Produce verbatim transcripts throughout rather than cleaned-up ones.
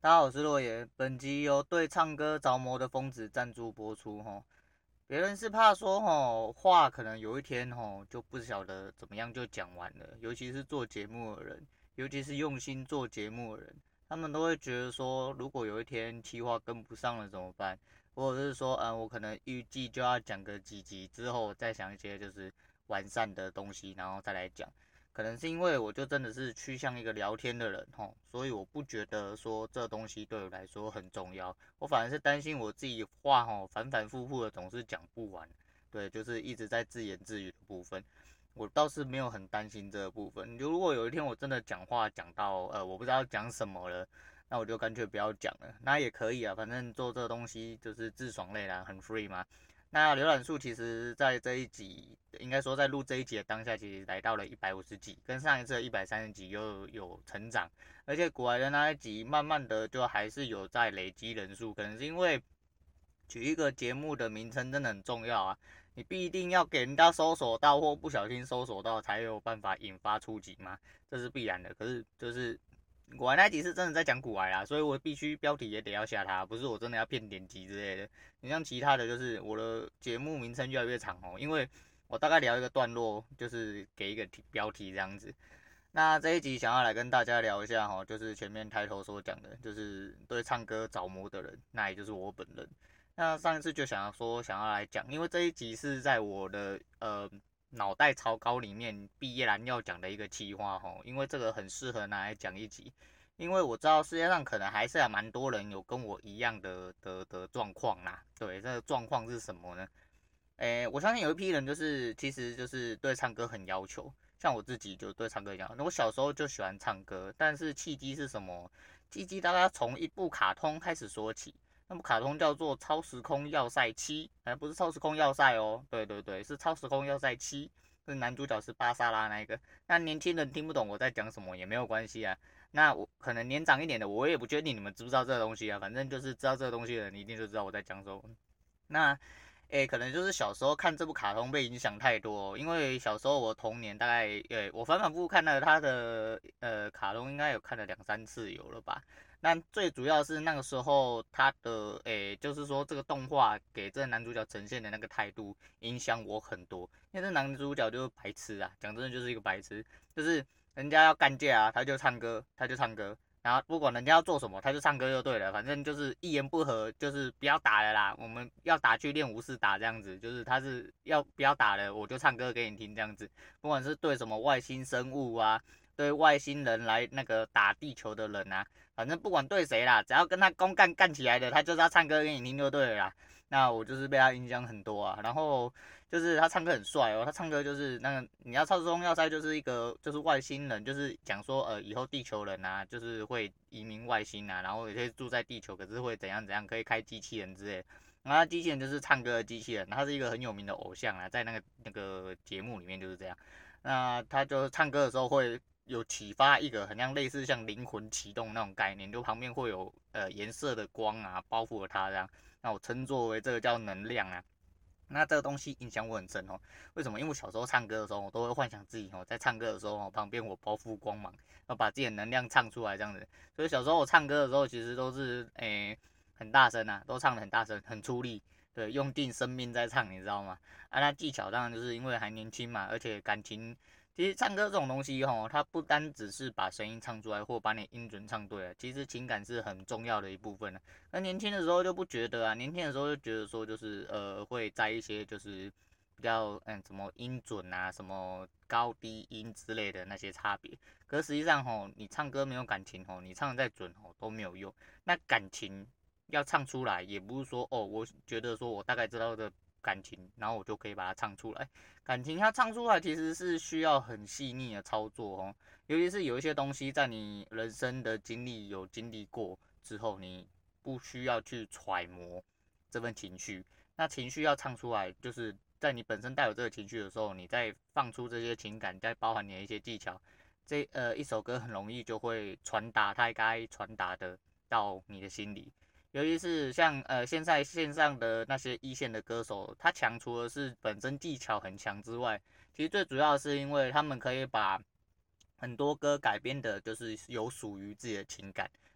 大家好，我是洛言。本集由对唱歌着魔的疯子赞助播出。吼，别人是怕说吼话可能有一天吼就不晓得怎么样就讲完了，尤其是做节目的人，尤其是用心做节目的人，他们都会觉得说，如果有一天企划跟不上了怎么办？或者是说，嗯，我可能预计就要讲个几集之后，再想一些就是完善的东西，然后再来讲。可能是因为我就真的是趋向一个聊天的人吼，所以我不觉得说这东西对我来说很重要，我反而是担心我自己话吼反反复复的总是讲不完，对，就是一直在自言自语的部分，我倒是没有很担心这个部分。就如果有一天我真的讲话讲到呃我不知道讲什么了，那我就干脆不要讲了，那也可以啊，反正做这个东西就是自爽类啦，很 free 嘛。那浏览数其实在这一集，应该说在录这一集的当下，其实来到了一百五十几，跟上一次的一百三十几又有成长，而且古来的那一集，慢慢的就还是有在累积人数，可能是因为取一个节目的名称真的很重要啊，你必定要给人家搜索到或不小心搜索到，才有办法引发出击嘛，这是必然的。可是就是古玩那集是真的在讲古玩啦，所以我必须标题也得要下它，不是我真的要骗点击之类的。你像其他的就是我的节目名称越来越长哦，因为我大概聊一个段落，就是给一个标题这样子。那这一集想要来跟大家聊一下哈，就是前面开头所讲的，就是对唱歌着魔的人，那也就是我本人。那上一次就想要说想要来讲，因为这一集是在我的呃脑袋草稿里面毕业栏要讲的一个企划哈，因为这个很适合拿来讲一集。因为我知道世界上可能还是还蛮多人有跟我一样的的的状况啦。对，这个状况是什么呢？诶，我相信有一批人就是，其实就是对唱歌很要求，像我自己就对唱歌一样。我小时候就喜欢唱歌，但是契机是什么？契机大概从一部卡通开始说起。那部卡通叫做《超时空要塞七》，哎，不是《超时空要塞》哦，对对对，是《超时空要塞七》，是男主角是巴萨拉那一个。那年轻人听不懂我在讲什么也没有关系啊。那我可能年长一点的，我也不确定你们知不知道这个东西啊，反正就是知道这个东西的人，一定就知道我在讲什么。那诶，可能就是小时候看这部卡通被影响太多哦，因为小时候我童年大概，诶，我反反复复看了他的呃卡通，应该有看了两三次有了吧。那最主要是那个时候他的，诶，就是说这个动画给这个男主角呈现的那个态度影响我很多，因为这男主角就是白痴啊，讲真的就是一个白痴，就是人家要干架啊，他就唱歌，他就唱歌，然后不管人家要做什么，他就唱歌就对了，反正就是一言不合就是不要打了啦，我们要打去练武士打这样子，就是他是要不要打了，我就唱歌给你听这样子，不管是对什么外星生物啊，对外星人来那个打地球的人啊，反正不管对谁啦，只要跟他公干干起来的，他就是要唱歌给你听就对了啦。那我就是被他影响很多啊，然后就是他唱歌很帅哦，他唱歌就是那个你要超时空要塞就是一个就是外星人，就是讲说呃以后地球人啊就是会移民外星啊，然后也可以住在地球，可是会怎样怎样，可以开机器人之类的。然后机器人就是唱歌的机器人，他是一个很有名的偶像啊，在那个那个节目里面就是这样。那他就唱歌的时候会有启发一个很像类似像灵魂启动那种概念，就旁边会有呃颜色的光啊包覆了他这样，那我称作为这个叫能量啊。那这个东西影响我很深哦。为什么？因为我小时候唱歌的时候，我都会幻想自己哦，在唱歌的时候旁边我包覆光芒，要把自己的能量唱出来这样子。所以小时候我唱歌的时候，其实都是诶、很大声啊，都唱得很大声，很出力，对，用尽生命在唱，你知道吗？啊，那技巧当然就是因为还年轻嘛，而且感情。其实唱歌这种东西吼，它不单只是把声音唱出来或把你音准唱对了，其实情感是很重要的一部分。那年轻的时候就不觉得啊，年轻的时候就觉得说就是呃会在一些就是比较嗯什么音准啊，什么高低音之类的那些差别。可是实际上吼，你唱歌没有感情吼，你唱得再准吼都没有用。那感情要唱出来，也不是说哦，我觉得说我大概知道的感情，然后我就可以把它唱出来。感情它唱出来其实是需要很细腻的操作哦，尤其是有一些东西在你人生的经历有经历过之后，你不需要去揣摩这份情绪，那情绪要唱出来，就是在你本身带有这个情绪的时候，你再放出这些情感，再包含你的一些技巧，这呃一首歌很容易就会传达它该传达的到你的心里。尤其是像呃现在线上的那些一线的歌手，他强除了是本身技巧很强之外，其实最主要的是因为他们可以把很多歌改编的，就是有属于自己的情感，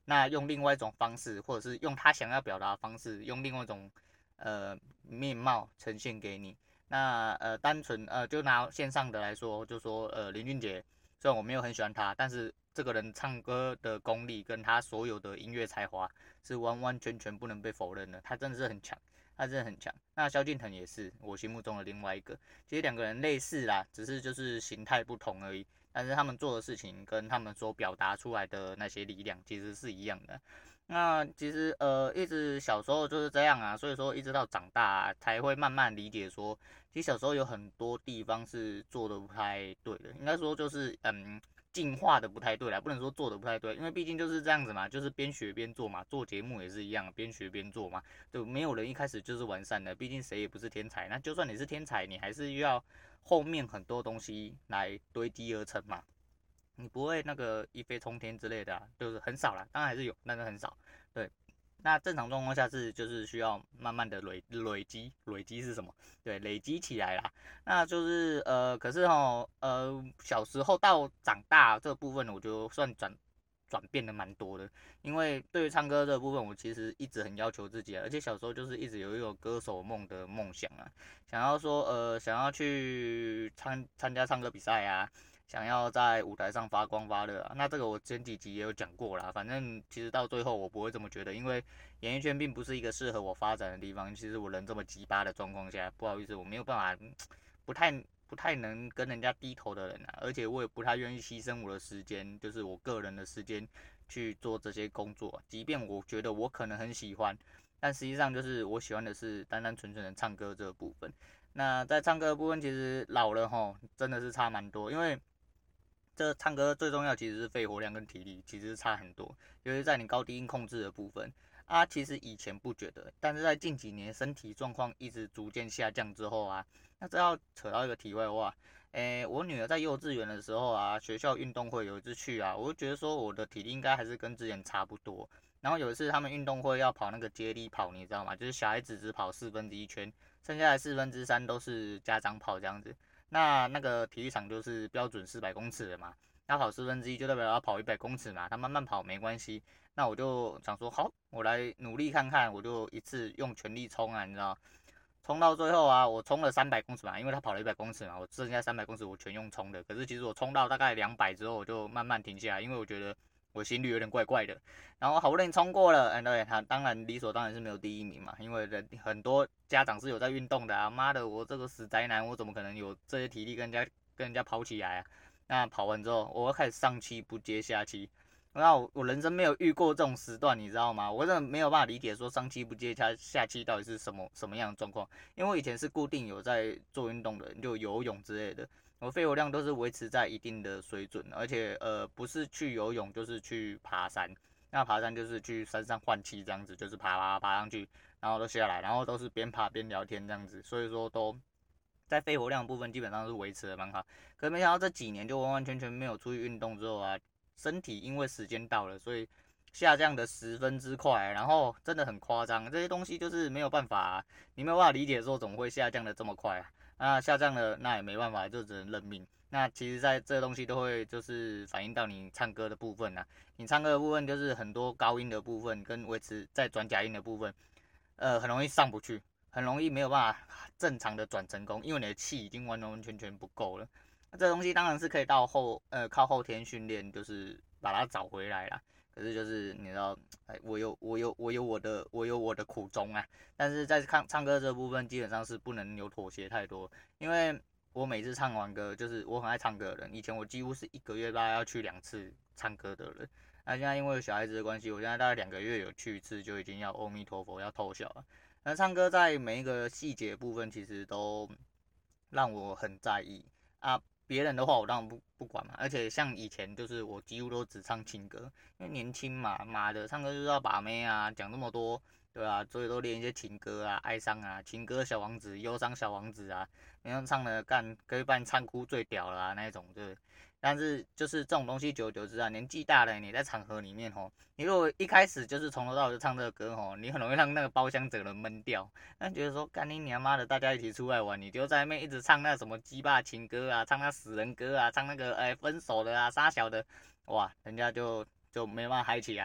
那用另外一种方式，或者是用他想要表达的方式，用另外一种呃面貌呈现给你。那呃单纯呃就拿线上的来说，就说呃林俊杰，虽然我没有很喜欢他，但是这个人唱歌的功力跟他所有的音乐才华是完完全全不能被否认的，他真的是很强。他真的很强。那萧敬腾也是我心目中的另外一个，其实两个人类似啦，只是就是形态不同而已。但是他们做的事情跟他们所表达出来的那些力量其实是一样的。那其实呃，一直小时候就是这样啊，所以说一直到长大啊，才会慢慢理解说，其实小时候有很多地方是做的不太对的，应该说就是嗯。进化的不太对啦，不能说做的不太对，因为毕竟就是这样子嘛，就是边学边做嘛，做节目也是一样，边学边做嘛，就没有人一开始就是完善的，毕竟谁也不是天才，那就算你是天才，你还是要后面很多东西来堆积而成嘛，你不会那个一飞冲天之类的啊，就是很少啦，当然还是有，但是很少，对。那正常状况下是就是需要慢慢的累累积，累积是什么？对，累积起来啦。那就是呃，可是哈呃，小时候到长大这个部分，我觉得算转转变的蛮多的。因为对于唱歌这个部分，我其实一直很要求自己啊，而且小时候就是一直有一个歌手梦的梦想啊，想要说呃，想要去参参加唱歌比赛啊。想要在舞台上发光发热啊，那这个我前几集也有讲过啦。反正其实到最后我不会这么觉得，因为演艺圈并不是一个适合我发展的地方。其实我人这么鸡巴的状况下，不好意思，我没有办法，不太不太能跟人家低头的人啊，而且我也不太愿意牺牲我的时间，就是我个人的时间去做这些工作。即便我觉得我可能很喜欢，但实际上就是我喜欢的是单单纯纯的唱歌这个部分。那在唱歌的部分，其实老了吼，真的是差蛮多，因为这唱歌最重要其实是肺活量跟体力，其实是差很多，尤其是在你高低音控制的部分啊。其实以前不觉得，但是在近几年身体状况一直逐渐下降之后啊，那这要扯到一个题外话，诶，我女儿在幼稚园的时候啊，学校运动会有一次去啊，我就觉得说我的体力应该还是跟之前差不多。然后有一次他们运动会要跑那个接力跑，你知道吗？就是小孩子只跑四分之一圈，剩下的四分之三都是家长跑这样子。那那个体育场就是标准四百公尺的嘛，要跑四分之一就代表要跑一百公尺嘛，他慢慢跑没关系。那我就想说，好，我来努力看看，我就一次用全力冲啊，你知道，冲到最后啊，我冲了三百公尺嘛，因为他跑了一百公尺嘛，我剩下三百公尺我全用冲的。可是其实我冲到大概两百之后，我就慢慢停下来，因为我觉得我心率有点怪怪的。然后好不容易冲过了，哎，对，他当然理所当然是没有第一名嘛，因为人很多家长是有在运动的啊。妈的，我这个死宅男，我怎么可能有这些体力跟人家跟人家跑起来啊？那跑完之后，我开始上气不接下气。那我我人生没有遇过这种时段，你知道吗？我真的没有办法理解说上气不接下下气到底是什么什么样的状况。因为我以前是固定有在做运动的，就游泳之类的，我肺活量都是维持在一定的水准，而且呃不是去游泳就是去爬山。那爬山就是去山上换气这样子，就是爬爬爬上去，然后都下来，然后都是边爬边聊天这样子，所以说都在肺活量的部分基本上是维持的蛮好。可是没想到这几年就完完全全没有出去运动之后啊，身体因为时间到了，所以下降的十分之快，然后真的很夸张。这些东西就是没有办法、啊，你没有办法理解说怎么会下降的这么快啊？那下降了，那也没办法，就只能认命。那其实，在这东西都会就是反映到你唱歌的部分啊。你唱歌的部分就是很多高音的部分跟维持在转假音的部分，呃，很容易上不去，很容易没有办法正常的转成功，因为你的气已经完完全全不够了。那这东西当然是可以到后呃靠后天训练，就是把它找回来啦。可是就是你知道，哎，我有我有我有我的我有我的苦衷啊。但是在唱唱歌这部分，基本上是不能有妥协太多，因为我每次唱完歌，就是我很爱唱歌的人，以前我几乎是一个月大概要去两次唱歌的人。那现在因为有小孩子的关系，我现在大概两个月有去一次，就已经要阿弥陀佛要偷笑了。那唱歌在每一个细节部分，其实都让我很在意啊。别人的话我当然不不管嘛，而且像以前就是我几乎都只唱情歌，因为年轻嘛，妈的唱歌就是要把妹啊，讲这么多，对啊，所以都练一些情歌啊，哀伤啊，情歌小王子、忧伤小王子啊，那样唱的干可以把你唱哭最屌了啊那一种，对。但是就是这种东西久而久之啊，年纪大了，你在场合里面吼，你如果一开始就是从头到尾就唱这个歌吼，你很容易让那个包厢整个人闷掉。那觉得说干你娘妈的，大家一起出来玩，你就在那边一直唱那什么鸡巴情歌啊，唱那死人歌啊，唱那个哎分手的啊，杀小的，哇，人家就就没办法嗨起来。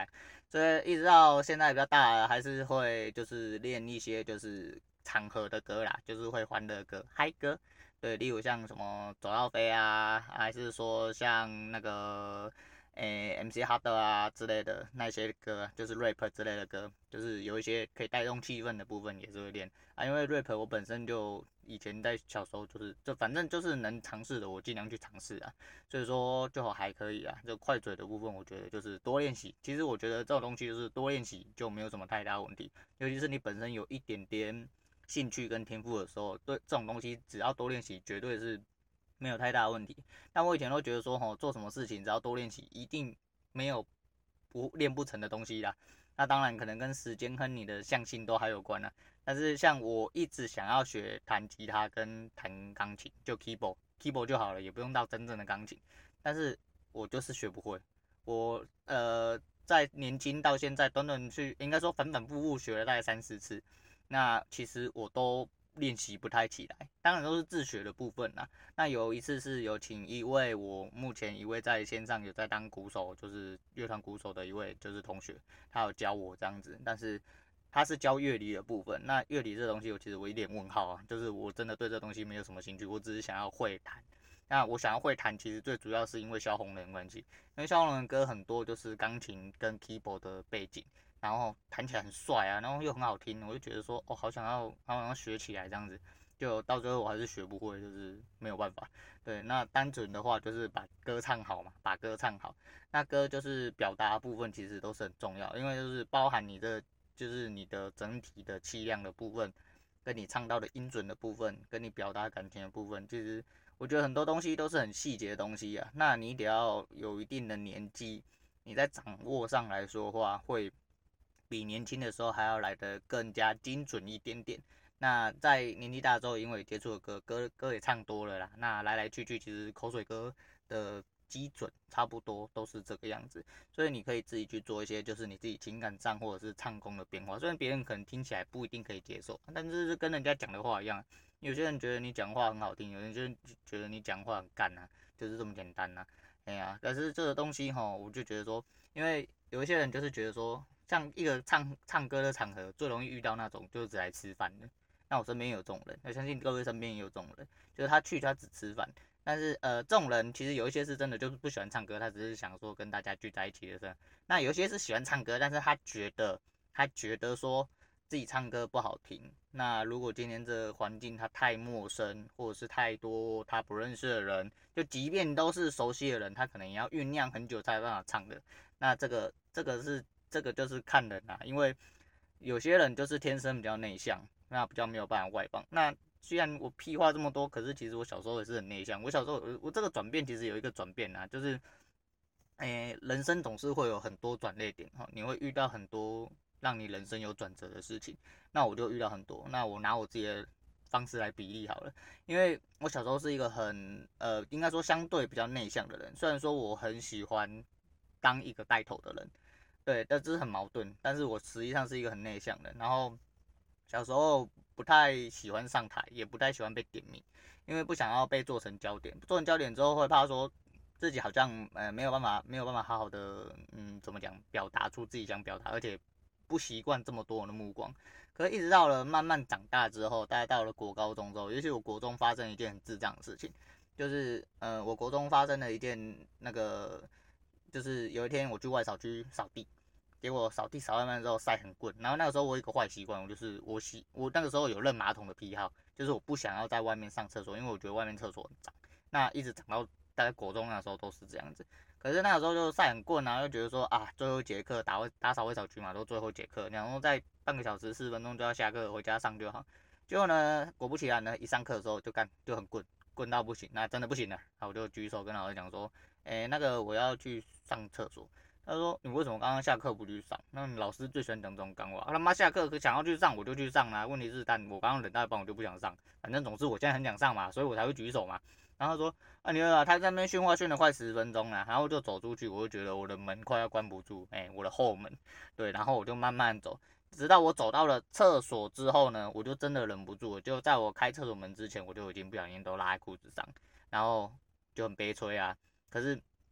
所以一直到现在比较大了，还是会就是练一些就是场合的歌啦，就是会欢乐歌、嗨歌。对，例如像什么走到飞啊，还是说像那个诶 M C Harder 啊之类的那些歌，就是 rap 之类的歌，就是有一些可以带动气氛的部分也是会练啊。因为 rap 我本身就以前在小时候就是就反正就是能尝试的，我尽量去尝试啊。所以说就还可以啊。就快嘴的部分，我觉得就是多练习。其实我觉得这种东西就是多练习就没有什么太大问题，尤其是你本身有一点点兴趣跟天赋的时候，对这种东西只要多练习，绝对是没有太大的问题。但我以前都觉得说，吼，做什么事情只要多练习，一定没有不练不成的东西啦。那当然可能跟时间和你的向性都还有关啦。但是像我一直想要学弹吉他跟弹钢琴，就 keyboard keyboard 就好了，也不用到真正的钢琴。但是我就是学不会。我呃在年轻到现在，短短去应该说反反复复学了大概三四次，那其实我都练习不太起来，当然都是自学的部分啦。那有一次是有请一位我目前一位在线上有在当鼓手，就是乐团鼓手的一位就是同学，他有教我这样子，但是他是教乐理的部分。那乐理这东西，我其实我一点问号啊，就是我真的对这东西没有什么兴趣，我只是想要会弹。那我想要会弹，其实最主要是因为萧红人的关系，因为萧红人歌很多就是钢琴跟 keyboard 的背景，然后弹起来很帅啊，然后又很好听，我就觉得说，哦，好想要，好想要学起来这样子，就到最后我还是学不会，就是没有办法。对，那单纯的话就是把歌唱好嘛，把歌唱好。那歌就是表达部分其实都是很重要，因为就是包含你的，就是你的整体的气量的部分，跟你唱到的音准的部分，跟你表达感情的部分，其实我觉得很多东西都是很细节的东西啊。那你得要有一定的年纪，你在掌握上来说的话，会比年轻的时候还要来得更加精准一点点。那在年纪大之后，因为接触的歌歌歌也唱多了啦，那来来去去其实口水歌的基准差不多都是这个样子，所以你可以自己去做一些就是你自己情感上或者是唱功的变化。虽然别人可能听起来不一定可以接受，但是跟人家讲的话一样，有些人觉得你讲话很好听，有人就觉得你讲话很干啊，就是这么简单呐、啊。哎呀，但是这个东西哈，我就觉得说，因为有一些人就是觉得说，像一个唱唱歌的场合，最容易遇到那种就是只来吃饭的。那我身边有这种人，我相信各位身边也有这种人，就是他去他只吃饭，但是呃，这种人其实有一些是真的就是不喜欢唱歌，他只是想说跟大家聚在一起的事。那有些是喜欢唱歌，但是他觉得他觉得说自己唱歌不好听。那如果今天这个环境他太陌生，或者是太多他不认识的人，就即便都是熟悉的人，他可能也要酝酿很久才有办法唱的。那这个这个是这个就是看人啊，因为有些人就是天生比较内向，那比较没有办法外放。那虽然我屁话这么多，可是其实我小时候也是很内向。我小时候我我这个转变其实有一个转变啊，就是，诶、欸，人生总是会有很多转捩点哈，你会遇到很多让你人生有转折的事情。那我就遇到很多，那我拿我自己的方式来比例好了，因为我小时候是一个很呃，应该说相对比较内向的人，虽然说我很喜欢当一个带头的人，对，但这是很矛盾，但是我实际上是一个很内向的，然后小时候不太喜欢上台，也不太喜欢被点名，因为不想要被做成焦点，做成焦点之后会怕说自己好像呃没有办法没有办法好好的嗯怎么讲表达出自己想表达，而且不习惯这么多人的目光。可是一直到了慢慢长大之后，大概到了国高中之后，尤其我国中发生一件很智障的事情，就是呃我国中发生了一件那个，就是有一天我去外扫区扫地。结果扫地扫到一半之后晒很棍，然后那个时候我有一个坏习惯，我就是我洗我那个时候有认马桶的癖好，就是我不想要在外面上厕所，因为我觉得外面厕所很脏。那一直长到大概国中那时候都是这样子。可是那个时候就晒很棍啊，就觉得说啊，最后一节课打打扫卫扫区嘛，都最后一节课，然后在半个小时四十分钟就要下课，回家上就好。结果呢，果不其然呢，一上课的时候就干就很棍，棍到不行，那真的不行了。然后我就举手跟老师讲说，哎、欸，那个我要去上厕所。他说：“你为什么刚刚下课不去上？那你老师最喜欢讲这种干话。他妈下课想要去上我就去上啦、啊。问题是，但我刚刚忍到一半我就不想上，反正总之我现在很想上嘛，所以我才会举手嘛。然后他说：啊，你啊，他在那边训话训了快十分钟了，然后就走出去，我就觉得我的门快要关不住，哎、欸，我的后门，对，然后我就慢慢走，直到我走到了厕所之后呢，我就真的忍不住了，就在我开厕所门之前，我就已经不小心都拉在裤子上，然后就很悲催啊。可是。”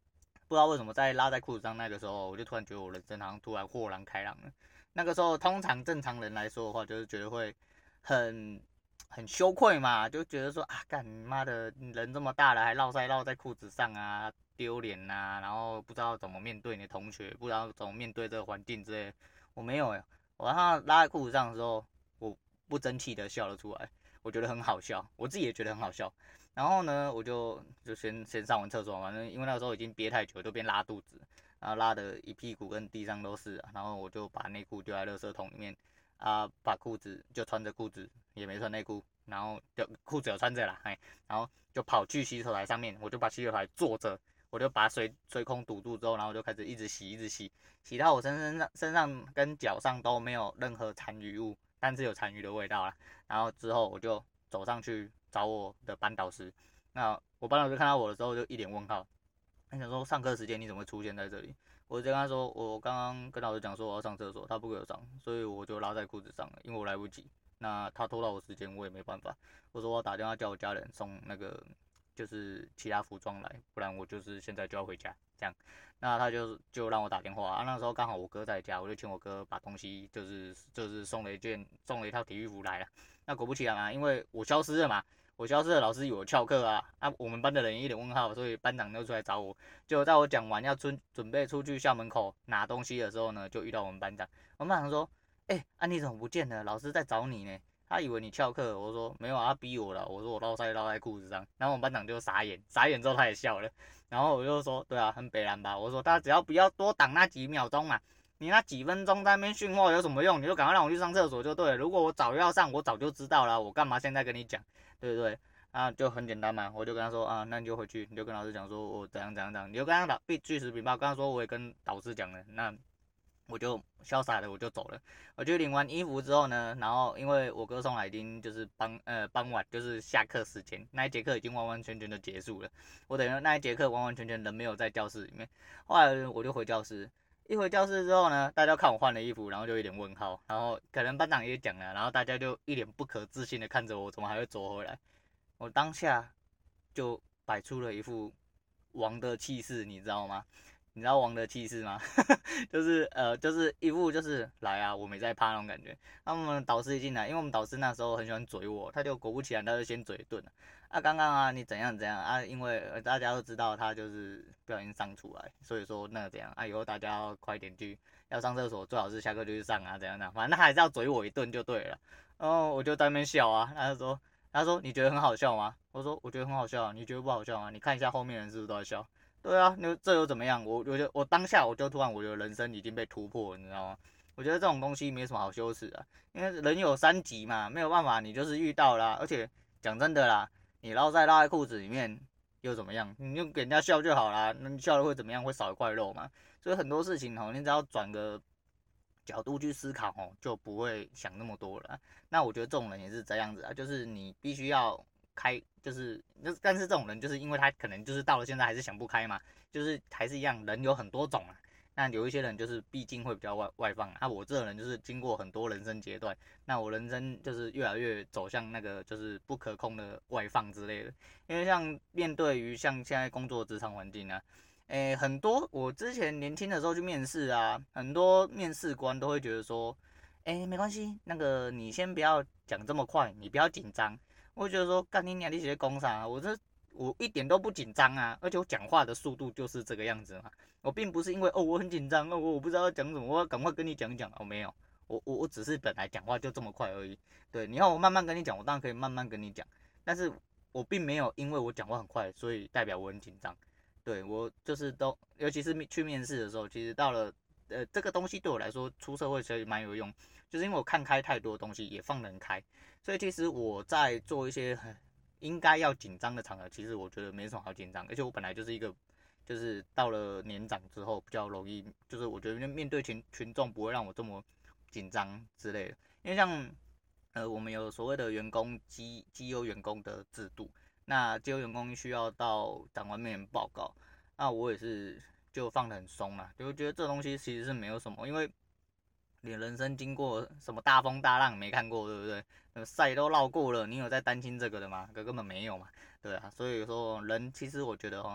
不知道为什么在拉在裤子上那个时候，我就突然觉得我人生好像突然豁然开朗了。那个时候，通常正常人来说的话，就是觉得会很很羞愧嘛，就觉得说啊，干你妈的，人这么大了还落塞落在裤子上啊，丢脸呐，然后不知道怎么面对你的同学，不知道怎么面对这个环境之类的。我没有哎、欸，我让他拉在裤子上的时候，我不争气的笑了出来，我觉得很好笑，我自己也觉得很好笑。然后呢，我就就先先上完厕所，反正因为那个时候已经憋太久，就边拉肚子，然后拉的一屁股跟地上都是、啊，然后我就把内裤丢在垃圾桶里面，啊，把裤子就穿着裤子，也没穿内裤，然后就裤子有穿着啦，嘿，然后就跑去洗手台上面，我就把洗手台坐着，我就把水水孔堵住之后，然后就开始一直洗，一直洗，洗到我身身上身上跟脚上都没有任何残余物，但是有残余的味道啦。然后之后我就走上去找我的班导师，那我班导师看到我的时候就一脸问号，他想说上课时间你怎么会出现在这里？我就跟他说，我刚刚跟老师讲说我要上厕所，他不给我上，所以我就拉在裤子上了，因为我来不及。那他拖到我时间，我也没办法。我说我打电话叫我家人送那个就是其他服装来，不然我就是现在就要回家这样。那他就就让我打电话啊，那时候刚好我哥在家，我就请我哥把东西就是就是送了一件送了一套体育服来了。那果不其然啊，因为我消失了嘛，我消失了，老师以为我翘课啊，啊我们班的人一脸问号，所以班长就出来找我。结果在我讲完要出准备出去校门口拿东西的时候呢，就遇到我们班长。我们班长说：“哎、欸，啊你怎么不见了？老师在找你呢。”他以为你翘课，我说没有啊，他逼我了。我说我落塞落在裤子上，然后我们班长就傻眼，傻眼之后他也笑了。然后我就说，对啊，很北蓝吧？我说他只要不要多挡那几秒钟嘛，你那几分钟在那边训话有什么用？你就赶快让我去上厕所就对了。如果我早要上，我早就知道了，我干嘛现在跟你讲，对不对？啊，就很简单嘛，我就跟他说啊，那你就回去，你就跟老师讲说我怎样怎样怎样，你就跟他打必据实禀报，跟他说我也跟导师讲了，那我就潇洒的我就走了。我就领完衣服之后呢，然后因为我哥送来已经就是傍呃傍晚就是下课时间，那一节课已经完完全全的结束了，我等于那一节课完完全全人没有在教室里面。后来我就回教室，一回教室之后呢，大家看我换了衣服，然后就一脸问号，然后可能班长也讲了，然后大家就一脸不可置信的看着我，怎么还会走回来？我当下就摆出了一副王的气势，你知道吗？你知道王的气势吗？就是呃，就是一副就是来啊，我没在怕那种感觉。那我们导师一进来，因为我们导师那时候很喜欢嘴我，他就果不其然，他就先嘴一顿了。啊，刚刚啊，你怎样怎样啊？因为大家都知道他就是不小心上出来，所以说那个怎样啊？以后大家要快点去，要上厕所，最好是下课就去上啊，怎样的，反正他还是要嘴我一顿就对了。然后我就在那边笑啊，他就说，他说你觉得很好笑吗？我说我觉得很好笑啊，你觉得不好笑吗？你看一下后面人是不是都在笑？对啊，那这又怎么样？我我觉得我当下我就突然我觉得人生已经被突破了，你知道吗？我觉得这种东西没什么好羞耻的，因为人有三急嘛，没有办法，你就是遇到啦。而且讲真的啦，你捞在拉在裤子里面又怎么样？你就给人家笑就好啦，那你笑了会怎么样？会少一块肉嘛。所以很多事情哦，你只要转个角度去思考哦，就不会想那么多了。那我觉得这种人也是这样子啊，就是你必须要开，就是但是这种人就是因为他可能就是到了现在还是想不开嘛，就是还是一样，人有很多种啊。那有一些人就是毕竟会比较外外放啊，啊我这种人就是经过很多人生阶段，那我人生就是越来越走向那个就是不可控的外放之类的。因为像面对于像现在工作职场环境啊，诶，很多我之前年轻的时候去面试啊，很多面试官都会觉得说，诶，没关系，那个你先不要讲这么快，你不要紧张。我会觉得说，干你娘，你写工啥？我这我一点都不紧张啊，而且我讲话的速度就是这个样子嘛。我并不是因为哦我很紧张哦，我不知道要讲什么，我要赶快跟你讲一讲哦，没有，我我我只是本来讲话就这么快而已。对，你要我慢慢跟你讲，我当然可以慢慢跟你讲，但是我并没有因为我讲话很快，所以代表我很紧张。对我就是都，尤其是去面试的时候，其实到了呃这个东西对我来说出社会其实蛮有用，就是因为我看开太多东西，也放得很开，所以其实我在做一些很应该要紧张的场合，其实我觉得没什么好紧张，而且我本来就是一个就是到了年长之后比较容易，就是我觉得面对群群众不会让我这么紧张之类的，因为像呃我们有所谓的员工绩绩优员工的制度。那绩优员工需要到长官面前报告，那我也是就放得很松嘛，就觉得这东西其实是没有什么，因为你人生经过什么大风大浪没看过，对不对？赛都绕过了，你有在担心这个的吗？根本没有嘛，对啊。所以说人其实我觉得哦，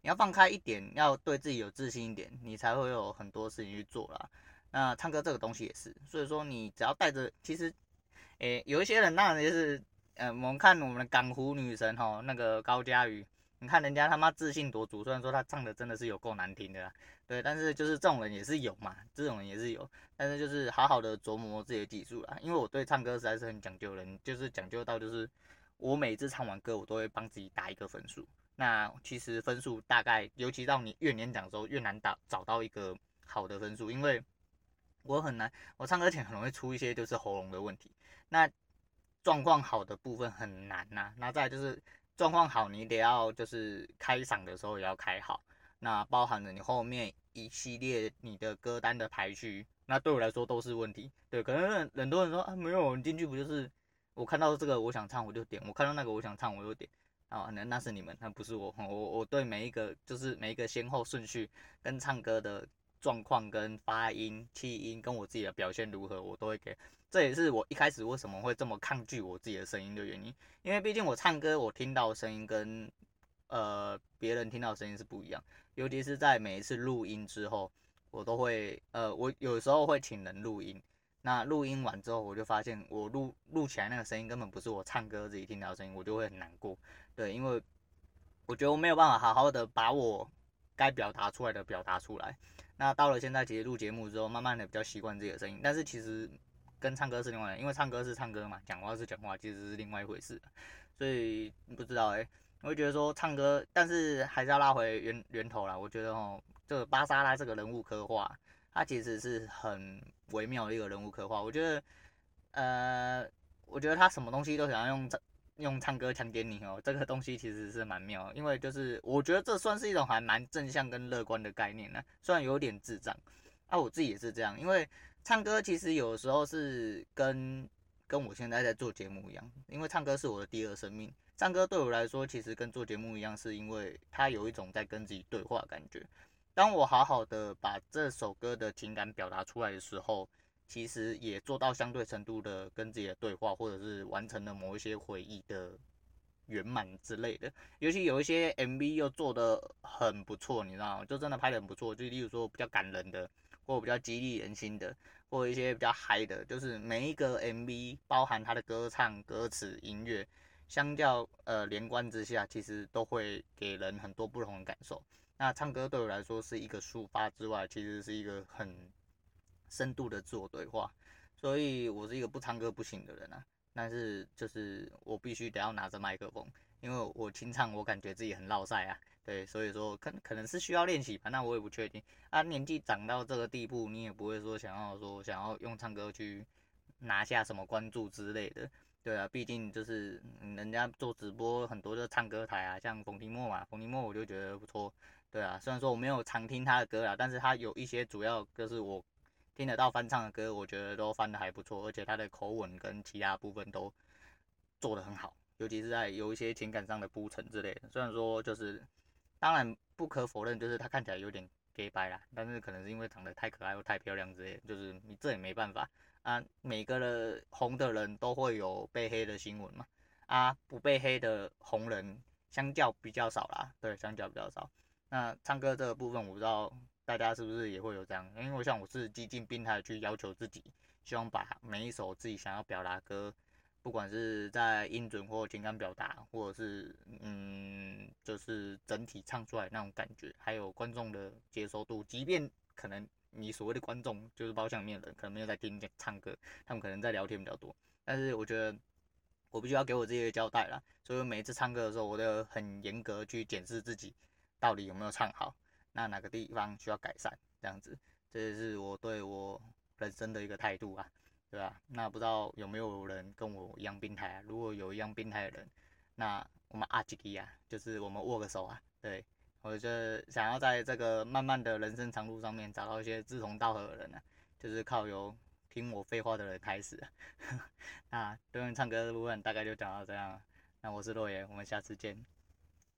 你要放开一点，要对自己有自信一点，你才会有很多事情去做啦。那唱歌这个东西也是，所以说你只要带着，其实，诶、有一些人当然就是，呃，我们看我们的港湖女神哈，那个高嘉瑜，你看人家他妈自信多足，虽然说她唱的真的是有够难听的啦，对，但是就是这种人也是有嘛，这种人也是有，但是就是好好的琢磨自己的技术啦，因为我对唱歌实在是很讲究的人，就是讲究到就是我每次唱完歌，我都会帮自己打一个分数。那其实分数大概，尤其到你越年长的时候，越难打找到一个好的分数，因为我很难，我唱歌前很容易出一些就是喉咙的问题。那状况好的部分很难呐、啊，那再来就是状况好，你得要就是开嗓的时候也要开好，那包含了你后面一系列你的歌单的排序，那对我来说都是问题。对，可能很多人说啊，没有，你进去不就是我看到这个我想唱我就点，我看到那个我想唱我就点。啊，那那是你们，那不是我。我我对每一个就是每一个先后顺序跟唱歌的状况跟发音、气音跟我自己的表现如何，我都会给。这也是我一开始为什么会这么抗拒我自己的声音的原因，因为毕竟我唱歌我听到的声音跟呃别人听到的声音是不一样，尤其是在每一次录音之后，我都会呃我有时候会请人录音。那录音完之后，我就发现我录录起来那个声音根本不是我唱歌自己听到的声音，我就会很难过。对，因为我觉得我没有办法好好的把我该表达出来的表达出来。那到了现在，其实录节目之后，慢慢的比较习惯自己的声音，但是其实跟唱歌是另外的，因为唱歌是唱歌嘛，讲话是讲话，其实是另外一回事。所以不知道哎、欸，我会觉得说唱歌，但是还是要拉回源源头啦。我觉得哦，这个巴沙拉这个人物刻画，他其实是很微妙的一个人物刻画。我觉得，呃，我觉得他什么东西都想要用用唱歌强奸你哦，这个东西其实是蛮妙的，因为就是我觉得这算是一种还蛮正向跟乐观的概念呢，虽然有点智障，啊，我自己也是这样，因为唱歌其实有时候是跟跟我现在在做节目一样，因为唱歌是我的第二生命，唱歌对我来说其实跟做节目一样，是因为它有一种在跟自己对话的感觉。当我好好的把这首歌的情感表达出来的时候，其实也做到相对程度的跟自己的对话，或者是完成了某一些回忆的圆满之类的。尤其有一些 M V 又做的很不错，你知道吗？就真的拍的很不错。就例如说比较感人的，或比较激励人心的，或一些比较嗨的，就是每一个 M V 包含它的歌唱、歌词、音乐，相较呃连贯之下，其实都会给人很多不同的感受。那唱歌对我来说是一个抒发之外，其实是一个很深度的自我对话，所以我是一个不唱歌不行的人啊。但是就是我必须得要拿着麦克风，因为我清唱我感觉自己很落赛啊，对，所以说可可能是需要练习吧，那我也不确定。啊，年纪长到这个地步，你也不会说想要说想要用唱歌去拿下什么关注之类的，对啊，毕竟就是人家做直播很多的唱歌台啊，像冯提莫嘛，冯提莫我就觉得不错，对啊，虽然说我没有常听他的歌啦，但是他有一些主要就是我听得到翻唱的歌，我觉得都翻得还不错，而且他的口吻跟其他部分都做得很好，尤其是在有一些情感上的铺陈之类的。虽然说就是，当然不可否认，就是他看起来有点 gay 白啦，但是可能是因为长得太可爱或太漂亮之类的，就是你这也没办法啊。每个人红的人都会有被黑的新闻嘛，啊，不被黑的红人相较比较少啦，对，相较比较少。那唱歌这个部分，我不知道大家是不是也会有这样，因为我想我是激进病态去要求自己，希望把每一首自己想要表达的歌，不管是在音准或情感表达，或者是嗯，就是整体唱出来那种感觉，还有观众的接受度，即便可能你所谓的观众就是包厢里面的人，可能没有在听唱歌，他们可能在聊天比较多，但是我觉得我必须要给我自己的交代啦，所以每一次唱歌的时候，我都很严格去检视自己到底有没有唱好，那哪个地方需要改善，这样子，这是我对我人生的一个态度啊，对吧？那不知道有没有人跟我一样病态啊？如果有一样病态的人，那我们阿吉吉啊，就是我们握个手啊，对，我就想要在这个漫漫的人生长路上面找到一些志同道合的人啊，就是靠有听我废话的人开始啊。那对面唱歌的部分大概就讲到这样了，那我是洛言，我们下次见。